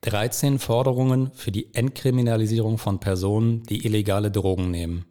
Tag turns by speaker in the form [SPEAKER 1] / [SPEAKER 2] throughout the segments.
[SPEAKER 1] 13 Forderungen für die Entkriminalisierung von Personen, die illegale Drogen nehmen.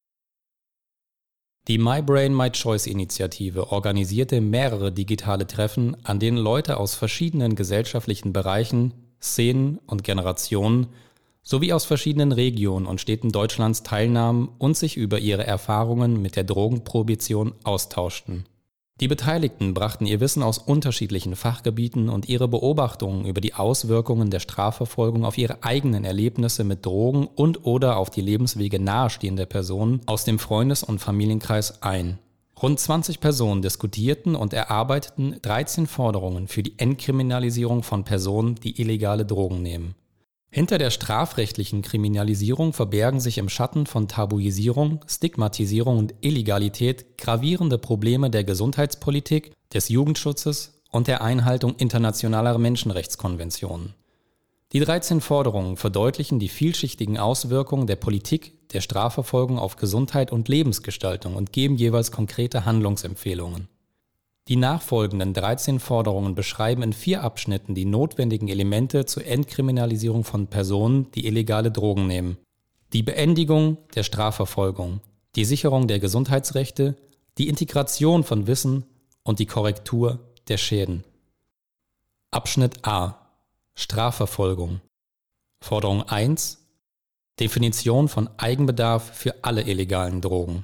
[SPEAKER 1] Die My Brain, My Choice Initiative organisierte mehrere digitale Treffen, an denen Leute aus verschiedenen gesellschaftlichen Bereichen, Szenen und Generationen sowie aus verschiedenen Regionen und Städten Deutschlands teilnahmen und sich über ihre Erfahrungen mit der Drogenprohibition austauschten. Die Beteiligten brachten ihr Wissen aus unterschiedlichen Fachgebieten und ihre Beobachtungen über die Auswirkungen der Strafverfolgung auf ihre eigenen Erlebnisse mit Drogen und/oder auf die Lebenswege nahestehender Personen aus dem Freundes- und Familienkreis ein. Rund 20 Personen diskutierten und erarbeiteten 13 Forderungen für die Entkriminalisierung von Personen, die illegale Drogen nehmen. Hinter der strafrechtlichen Kriminalisierung verbergen sich im Schatten von Tabuisierung, Stigmatisierung und Illegalität gravierende Probleme der Gesundheitspolitik, des Jugendschutzes und der Einhaltung internationaler Menschenrechtskonventionen. Die 13 Forderungen verdeutlichen die vielschichtigen Auswirkungen der Politik, der Strafverfolgung auf Gesundheit und Lebensgestaltung und geben jeweils konkrete Handlungsempfehlungen. Die nachfolgenden 13 Forderungen beschreiben in 4 Abschnitten die notwendigen Elemente zur Entkriminalisierung von Personen, die illegale Drogen nehmen. Die Beendigung der Strafverfolgung, die Sicherung der Gesundheitsrechte, die Integration von Wissen und die Korrektur der Schäden. Abschnitt A. Strafverfolgung. Forderung 1. Definition von Eigenbedarf für alle illegalen Drogen.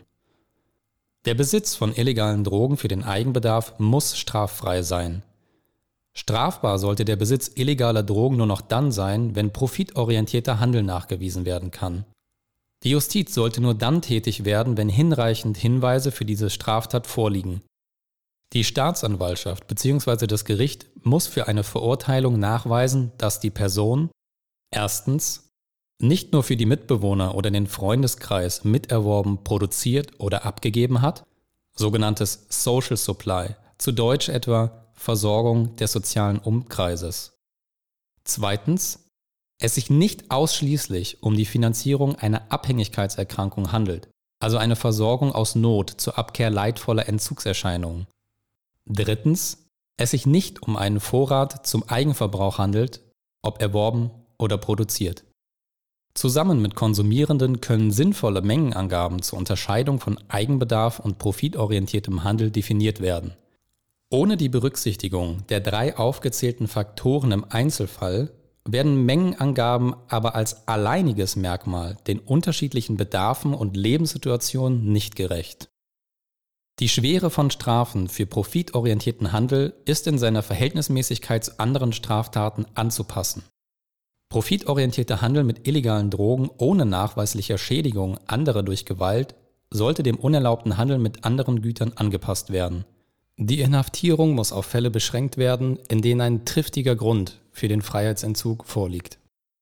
[SPEAKER 1] Der Besitz von illegalen Drogen für den Eigenbedarf muss straffrei sein. Strafbar sollte der Besitz illegaler Drogen nur noch dann sein, wenn profitorientierter Handel nachgewiesen werden kann. Die Justiz sollte nur dann tätig werden, wenn hinreichend Hinweise für diese Straftat vorliegen. Die Staatsanwaltschaft bzw. das Gericht muss für eine Verurteilung nachweisen, dass die Person erstens nicht nur für die Mitbewohner oder den Freundeskreis miterworben, produziert oder abgegeben hat, sogenanntes Social Supply, zu Deutsch etwa Versorgung des sozialen Umkreises. Zweitens, es sich nicht ausschließlich um die Finanzierung einer Abhängigkeitserkrankung handelt, also eine Versorgung aus Not zur Abkehr leidvoller Entzugserscheinungen. Drittens, es sich nicht um einen Vorrat zum Eigenverbrauch handelt, ob erworben oder produziert. Zusammen mit Konsumierenden können sinnvolle Mengenangaben zur Unterscheidung von Eigenbedarf und profitorientiertem Handel definiert werden. Ohne die Berücksichtigung der 3 aufgezählten Faktoren im Einzelfall werden Mengenangaben aber als alleiniges Merkmal den unterschiedlichen Bedarfen und Lebenssituationen nicht gerecht. Die Schwere von Strafen für profitorientierten Handel ist in seiner Verhältnismäßigkeit zu anderen Straftaten anzupassen. Profitorientierter Handel mit illegalen Drogen ohne nachweislicher Schädigung anderer durch Gewalt sollte dem unerlaubten Handel mit anderen Gütern angepasst werden. Die Inhaftierung muss auf Fälle beschränkt werden, in denen ein triftiger Grund für den Freiheitsentzug vorliegt.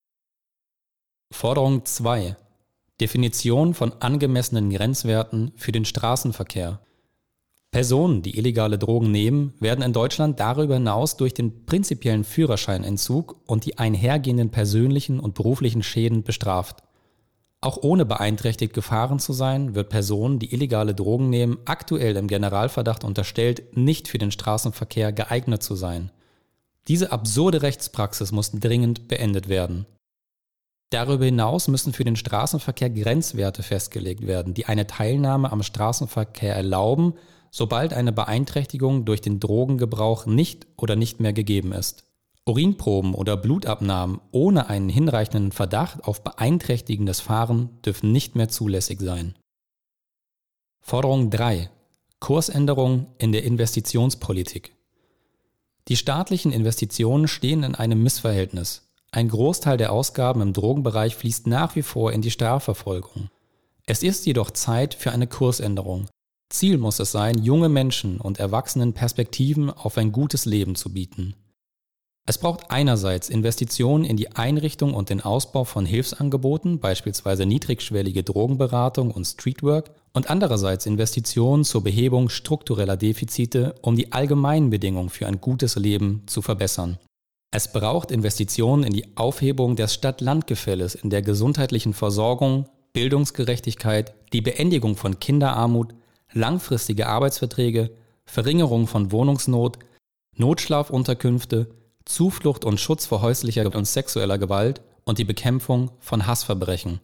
[SPEAKER 1] Forderung 2. Definition von angemessenen Grenzwerten für den Straßenverkehr. Personen, die illegale Drogen nehmen, werden in Deutschland darüber hinaus durch den prinzipiellen Führerscheinentzug und die einhergehenden persönlichen und beruflichen Schäden bestraft. Auch ohne beeinträchtigt gefahren zu sein, wird Personen, die illegale Drogen nehmen, aktuell im Generalverdacht unterstellt, nicht für den Straßenverkehr geeignet zu sein. Diese absurde Rechtspraxis muss dringend beendet werden. Darüber hinaus müssen für den Straßenverkehr Grenzwerte festgelegt werden, die eine Teilnahme am Straßenverkehr erlauben, sobald eine Beeinträchtigung durch den Drogengebrauch nicht oder nicht mehr gegeben ist. Urinproben oder Blutabnahmen ohne einen hinreichenden Verdacht auf beeinträchtigendes Fahren dürfen nicht mehr zulässig sein. Forderung 3. Kursänderung in der Investitionspolitik. Die staatlichen Investitionen stehen in einem Missverhältnis. Ein Großteil der Ausgaben im Drogenbereich fließt nach wie vor in die Strafverfolgung. Es ist jedoch Zeit für eine Kursänderung. Ziel muss es sein, junge Menschen und Erwachsenen Perspektiven auf ein gutes Leben zu bieten. Es braucht einerseits Investitionen in die Einrichtung und den Ausbau von Hilfsangeboten, beispielsweise niedrigschwellige Drogenberatung und Streetwork, und andererseits Investitionen zur Behebung struktureller Defizite, um die allgemeinen Bedingungen für ein gutes Leben zu verbessern. Es braucht Investitionen in die Aufhebung des Stadt-Land-Gefälles in der gesundheitlichen Versorgung, Bildungsgerechtigkeit, die Beendigung von Kinderarmut, langfristige Arbeitsverträge, Verringerung von Wohnungsnot, Notschlafunterkünfte, Zuflucht und Schutz vor häuslicher und sexueller Gewalt und die Bekämpfung von Hassverbrechen.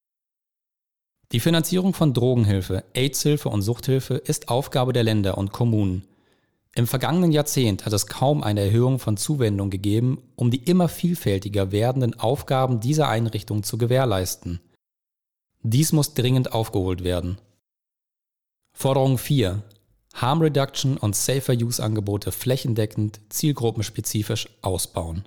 [SPEAKER 1] Die Finanzierung von Drogenhilfe, AIDS-Hilfe und Suchthilfe ist Aufgabe der Länder und Kommunen. Im vergangenen Jahrzehnt hat es kaum eine Erhöhung von Zuwendung gegeben, um die immer vielfältiger werdenden Aufgaben dieser Einrichtungen zu gewährleisten. Dies muss dringend aufgeholt werden. Forderung 4. Harm Reduction und Safer Use Angebote flächendeckend, zielgruppenspezifisch ausbauen.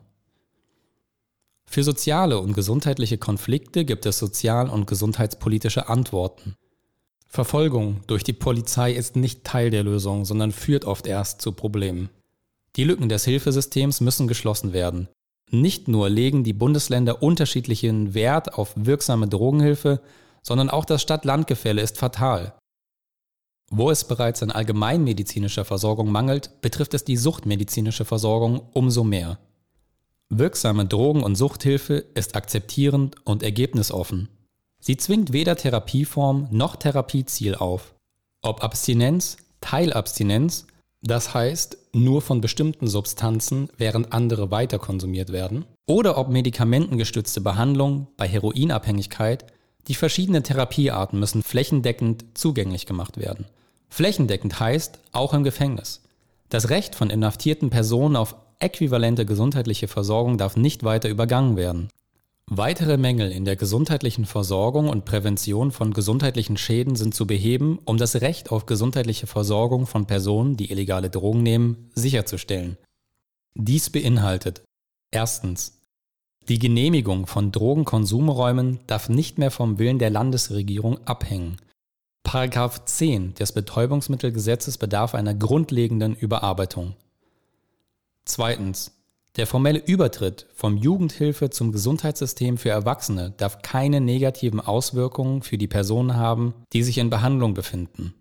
[SPEAKER 1] Für soziale und gesundheitliche Konflikte gibt es sozial- und gesundheitspolitische Antworten. Verfolgung durch die Polizei ist nicht Teil der Lösung, sondern führt oft erst zu Problemen. Die Lücken des Hilfesystems müssen geschlossen werden. Nicht nur legen die Bundesländer unterschiedlichen Wert auf wirksame Drogenhilfe, sondern auch das Stadt-Land-Gefälle ist fatal. Wo es bereits an allgemeinmedizinischer Versorgung mangelt, betrifft es die suchtmedizinische Versorgung umso mehr. Wirksame Drogen- und Suchthilfe ist akzeptierend und ergebnisoffen. Sie zwingt weder Therapieform noch Therapieziel auf. Ob Abstinenz, Teilabstinenz, das heißt nur von bestimmten Substanzen, während andere weiter konsumiert werden, oder ob medikamentengestützte Behandlung bei Heroinabhängigkeit, die verschiedenen Therapiearten müssen flächendeckend zugänglich gemacht werden. Flächendeckend heißt auch im Gefängnis. Das Recht von inhaftierten Personen auf äquivalente gesundheitliche Versorgung darf nicht weiter übergangen werden. Weitere Mängel in der gesundheitlichen Versorgung und Prävention von gesundheitlichen Schäden sind zu beheben, um das Recht auf gesundheitliche Versorgung von Personen, die illegale Drogen nehmen, sicherzustellen. Dies beinhaltet: Erstens. Die Genehmigung von Drogenkonsumräumen darf nicht mehr vom Willen der Landesregierung abhängen. § 10 des Betäubungsmittelgesetzes bedarf einer grundlegenden Überarbeitung. Zweitens. Der formelle Übertritt vom Jugendhilfe zum Gesundheitssystem für Erwachsene darf keine negativen Auswirkungen für die Personen haben, die sich in Behandlung befinden.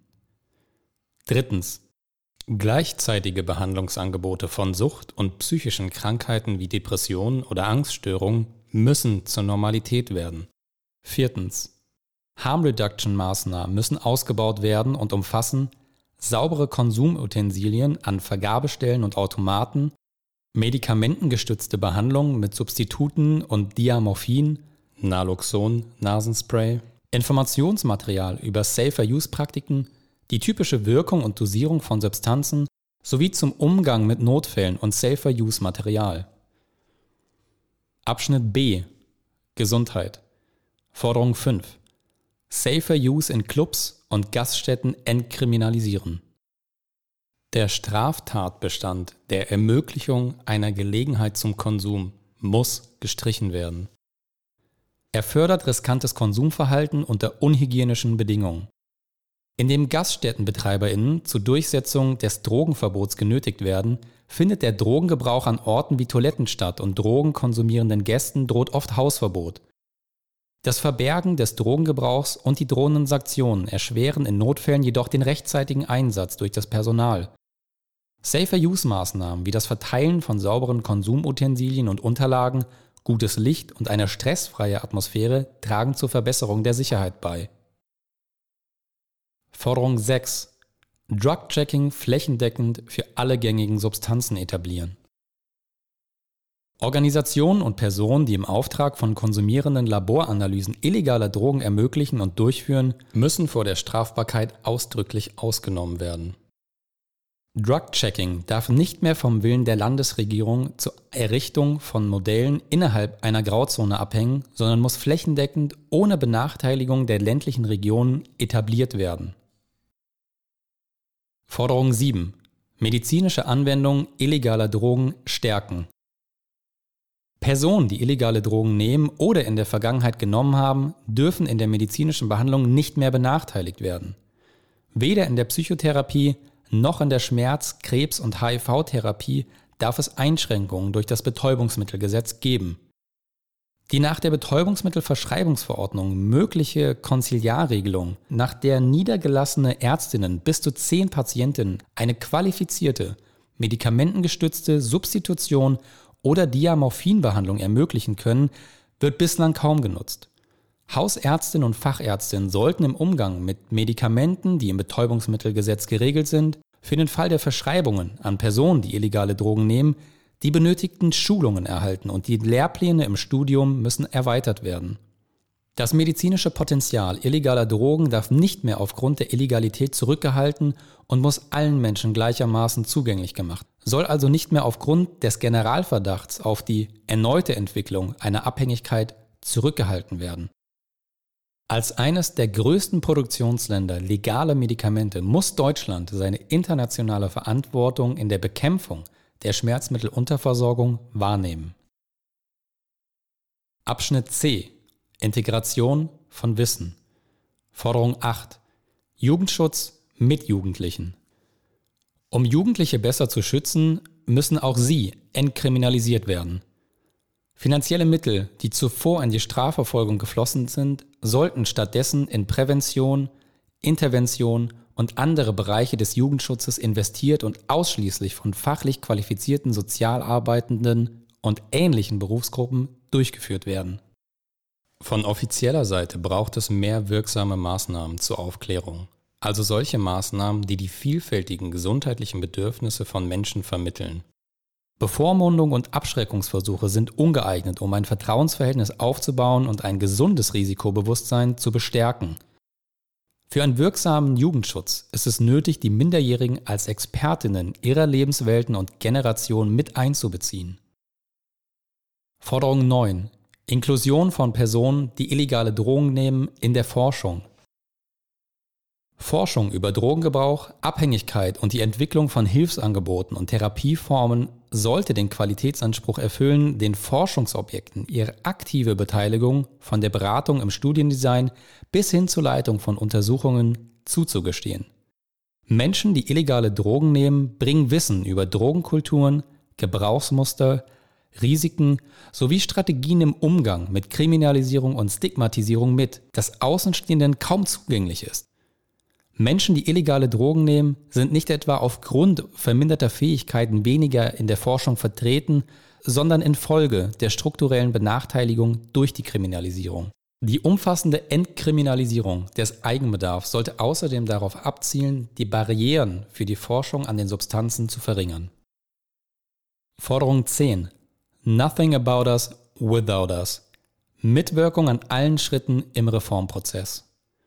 [SPEAKER 1] Drittens. Gleichzeitige Behandlungsangebote von Sucht und psychischen Krankheiten wie Depressionen oder Angststörungen müssen zur Normalität werden. Viertens. Harm Reduction Maßnahmen müssen ausgebaut werden und umfassen saubere Konsumutensilien an Vergabestellen und Automaten, medikamentengestützte Behandlung mit Substituten und Diamorphin, Naloxon, Nasenspray, Informationsmaterial über Safer-Use-Praktiken, die typische Wirkung und Dosierung von Substanzen sowie zum Umgang mit Notfällen und Safer-Use-Material. Abschnitt B. Gesundheit. Forderung 5. Safer Use in Clubs und Gaststätten entkriminalisieren. Der Straftatbestand der Ermöglichung einer Gelegenheit zum Konsum muss gestrichen werden. Er fördert riskantes Konsumverhalten unter unhygienischen Bedingungen. Indem GaststättenbetreiberInnen zur Durchsetzung des Drogenverbots genötigt werden, findet der Drogengebrauch an Orten wie Toiletten statt und drogenkonsumierenden Gästen droht oft Hausverbot. Das Verbergen des Drogengebrauchs und die drohenden Sanktionen erschweren in Notfällen jedoch den rechtzeitigen Einsatz durch das Personal. Safer-Use-Maßnahmen wie das Verteilen von sauberen Konsumutensilien und Unterlagen, gutes Licht und eine stressfreie Atmosphäre tragen zur Verbesserung der Sicherheit bei. Forderung 6. Drug-Checking flächendeckend für alle gängigen Substanzen etablieren. Organisationen und Personen, die im Auftrag von konsumierenden Laboranalysen illegaler Drogen ermöglichen und durchführen, müssen vor der Strafbarkeit ausdrücklich ausgenommen werden. Drug-Checking darf nicht mehr vom Willen der Landesregierung zur Errichtung von Modellen innerhalb einer Grauzone abhängen, sondern muss flächendeckend ohne Benachteiligung der ländlichen Regionen etabliert werden. Forderung 7. Medizinische Anwendung illegaler Drogen stärken. Personen, die illegale Drogen nehmen oder in der Vergangenheit genommen haben, dürfen in der medizinischen Behandlung nicht mehr benachteiligt werden. Weder in der Psychotherapie noch in der Schmerz-, Krebs- und HIV-Therapie darf es Einschränkungen durch das Betäubungsmittelgesetz geben. Die nach der Betäubungsmittelverschreibungsverordnung mögliche Konziliarregelung, nach der niedergelassene Ärztinnen bis zu 10 Patientinnen eine qualifizierte, medikamentengestützte Substitution oder Diamorphinbehandlung ermöglichen können, wird bislang kaum genutzt. Hausärztinnen und Fachärztinnen sollten im Umgang mit Medikamenten, die im Betäubungsmittelgesetz geregelt sind, für den Fall der Verschreibungen an Personen, die illegale Drogen nehmen, die benötigten Schulungen erhalten und die Lehrpläne im Studium müssen erweitert werden. Das medizinische Potenzial illegaler Drogen darf nicht mehr aufgrund der Illegalität zurückgehalten und muss allen Menschen gleichermaßen zugänglich gemacht. Soll also nicht mehr aufgrund des Generalverdachts auf die erneute Entwicklung einer Abhängigkeit zurückgehalten werden. Als eines der größten Produktionsländer legaler Medikamente muss Deutschland seine internationale Verantwortung in der Bekämpfung der Schmerzmittelunterversorgung wahrnehmen. Abschnitt C. Integration von Wissen. Forderung 8. Jugendschutz mit Jugendlichen. Um Jugendliche besser zu schützen, müssen auch sie entkriminalisiert werden. Finanzielle Mittel, die zuvor in die Strafverfolgung geflossen sind, sollten stattdessen in Prävention, Intervention und andere Bereiche des Jugendschutzes investiert und ausschließlich von fachlich qualifizierten Sozialarbeitenden und ähnlichen Berufsgruppen durchgeführt werden. Von offizieller Seite braucht es mehr wirksame Maßnahmen zur Aufklärung, also solche Maßnahmen, die die vielfältigen gesundheitlichen Bedürfnisse von Menschen vermitteln. Bevormundung und Abschreckungsversuche sind ungeeignet, um ein Vertrauensverhältnis aufzubauen und ein gesundes Risikobewusstsein zu bestärken. Für einen wirksamen Jugendschutz ist es nötig, die Minderjährigen als Expertinnen ihrer Lebenswelten und Generationen mit einzubeziehen. Forderung 9. Inklusion von Personen, die illegale Drogen nehmen, in der Forschung. Forschung über Drogengebrauch, Abhängigkeit und die Entwicklung von Hilfsangeboten und Therapieformen sollte den Qualitätsanspruch erfüllen, den Forschungsobjekten ihre aktive Beteiligung von der Beratung im Studiendesign bis hin zur Leitung von Untersuchungen zuzugestehen. Menschen, die illegale Drogen nehmen, bringen Wissen über Drogenkulturen, Gebrauchsmuster, Risiken sowie Strategien im Umgang mit Kriminalisierung und Stigmatisierung mit, das Außenstehenden kaum zugänglich ist. Menschen, die illegale Drogen nehmen, sind nicht etwa aufgrund verminderter Fähigkeiten weniger in der Forschung vertreten, sondern infolge der strukturellen Benachteiligung durch die Kriminalisierung. Die umfassende Entkriminalisierung des Eigenbedarfs sollte außerdem darauf abzielen, die Barrieren für die Forschung an den Substanzen zu verringern. Forderung 10. Nothing about us without us. Mitwirkung an allen Schritten im Reformprozess.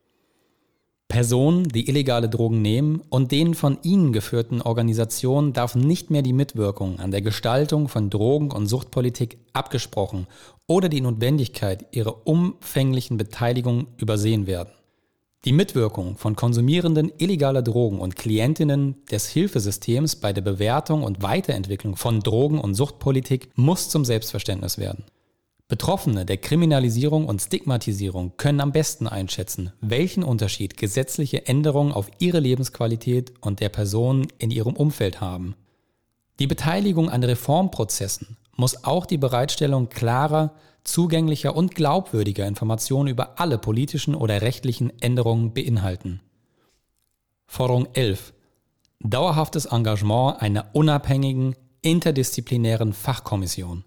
[SPEAKER 1] Personen, die illegale Drogen nehmen und den von ihnen geführten Organisationen darf nicht mehr die Mitwirkung an der Gestaltung von Drogen- und Suchtpolitik abgesprochen oder die Notwendigkeit ihrer umfänglichen Beteiligung übersehen werden. Die Mitwirkung von Konsumierenden illegaler Drogen und Klientinnen des Hilfesystems bei der Bewertung und Weiterentwicklung von Drogen- und Suchtpolitik muss zum Selbstverständnis werden. Betroffene der Kriminalisierung und Stigmatisierung können am besten einschätzen, welchen Unterschied gesetzliche Änderungen auf ihre Lebensqualität und der Personen in ihrem Umfeld haben. Die Beteiligung an Reformprozessen muss auch die Bereitstellung klarer, zugänglicher und glaubwürdiger Informationen über alle politischen oder rechtlichen Änderungen beinhalten. Forderung 11. Dauerhaftes Engagement einer unabhängigen, interdisziplinären Fachkommission.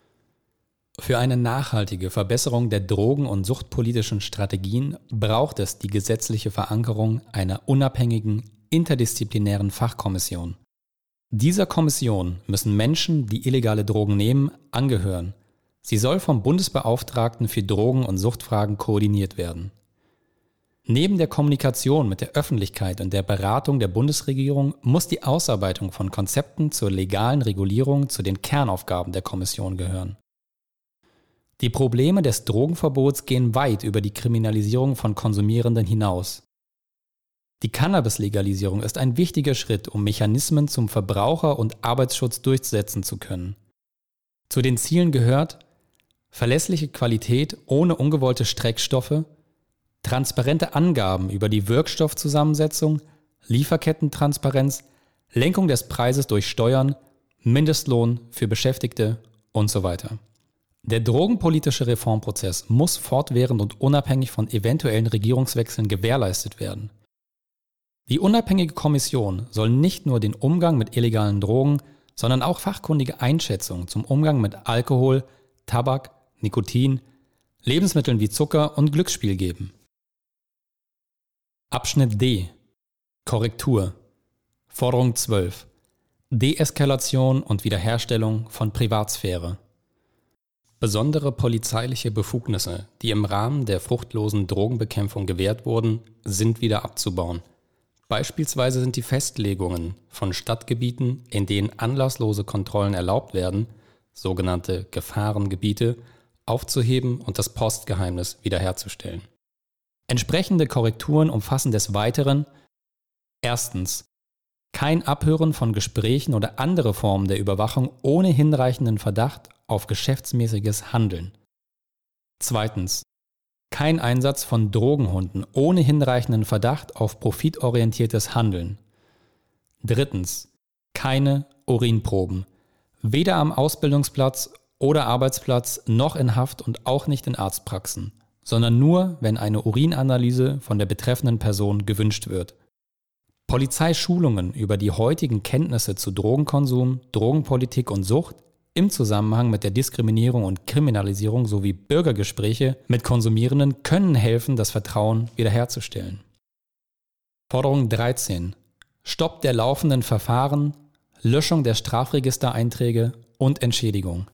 [SPEAKER 1] Für eine nachhaltige Verbesserung der drogen- und suchtpolitischen Strategien braucht es die gesetzliche Verankerung einer unabhängigen, interdisziplinären Fachkommission. Dieser Kommission müssen Menschen, die illegale Drogen nehmen, angehören. Sie soll vom Bundesbeauftragten für Drogen- und Suchtfragen koordiniert werden. Neben der Kommunikation mit der Öffentlichkeit und der Beratung der Bundesregierung muss die Ausarbeitung von Konzepten zur legalen Regulierung zu den Kernaufgaben der Kommission gehören. Die Probleme des Drogenverbots gehen weit über die Kriminalisierung von Konsumierenden hinaus. Die Cannabis-Legalisierung ist ein wichtiger Schritt, um Mechanismen zum Verbraucher- und Arbeitsschutz durchsetzen zu können. Zu den Zielen gehört verlässliche Qualität ohne ungewollte Streckstoffe, transparente Angaben über die Wirkstoffzusammensetzung, Lieferkettentransparenz, Lenkung des Preises durch Steuern, Mindestlohn für Beschäftigte und so weiter. Der drogenpolitische Reformprozess muss fortwährend und unabhängig von eventuellen Regierungswechseln gewährleistet werden. Die unabhängige Kommission soll nicht nur den Umgang mit illegalen Drogen, sondern auch fachkundige Einschätzungen zum Umgang mit Alkohol, Tabak, Nikotin, Lebensmitteln wie Zucker und Glücksspiel geben. Abschnitt D. Korrektur. Forderung 12. Deeskalation und Wiederherstellung von Privatsphäre. Besondere polizeiliche Befugnisse, die im Rahmen der fruchtlosen Drogenbekämpfung gewährt wurden, sind wieder abzubauen. Beispielsweise sind die Festlegungen von Stadtgebieten, in denen anlasslose Kontrollen erlaubt werden, sogenannte Gefahrengebiete, aufzuheben und das Postgeheimnis wiederherzustellen. Entsprechende Korrekturen umfassen des Weiteren: Erstens: Kein Abhören von Gesprächen oder andere Formen der Überwachung ohne hinreichenden Verdacht auf geschäftsmäßiges Handeln. Zweitens: Kein Einsatz von Drogenhunden ohne hinreichenden Verdacht auf profitorientiertes Handeln. Drittens: Keine Urinproben, weder am Ausbildungsplatz oder Arbeitsplatz noch in Haft und auch nicht in Arztpraxen, sondern nur, wenn eine Urinanalyse von der betreffenden Person gewünscht wird. Polizeischulungen über die heutigen Kenntnisse zu Drogenkonsum, Drogenpolitik und Sucht im Zusammenhang mit der Diskriminierung und Kriminalisierung sowie Bürgergespräche mit Konsumierenden können helfen, das Vertrauen wiederherzustellen. Forderung 13: Stopp der laufenden Verfahren, Löschung der Strafregistereinträge und Entschädigung.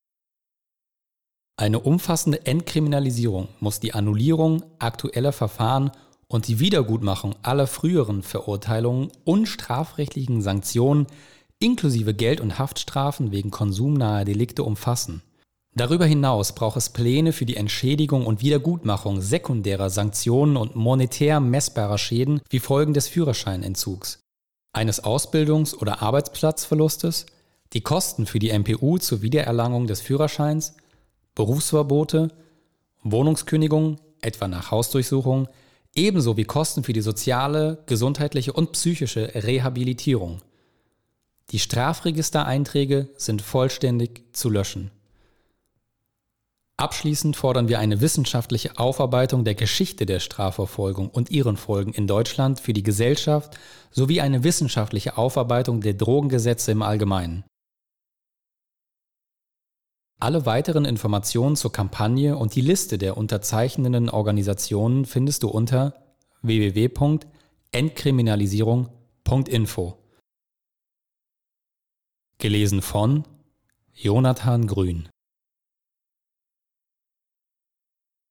[SPEAKER 1] Eine umfassende Entkriminalisierung muss die Annullierung aktueller Verfahren und die Wiedergutmachung aller früheren Verurteilungen und strafrechtlichen Sanktionen inklusive Geld- und Haftstrafen wegen konsumnaher Delikte umfassen. Darüber hinaus braucht es Pläne für die Entschädigung und Wiedergutmachung sekundärer Sanktionen und monetär messbarer Schäden wie Folgen des Führerscheinentzugs, eines Ausbildungs- oder Arbeitsplatzverlustes, die Kosten für die MPU zur Wiedererlangung des Führerscheins, Berufsverbote, Wohnungskündigung, etwa nach Hausdurchsuchung, ebenso wie Kosten für die soziale, gesundheitliche und psychische Rehabilitierung. Die Strafregistereinträge sind vollständig zu löschen. Abschließend fordern wir eine wissenschaftliche Aufarbeitung der Geschichte der Strafverfolgung und ihren Folgen in Deutschland für die Gesellschaft sowie eine wissenschaftliche Aufarbeitung der Drogengesetze im Allgemeinen. Alle weiteren Informationen zur Kampagne und die Liste der unterzeichnenden Organisationen findest du unter www.entkriminalisierung.info. Gelesen von Jonathan Grün.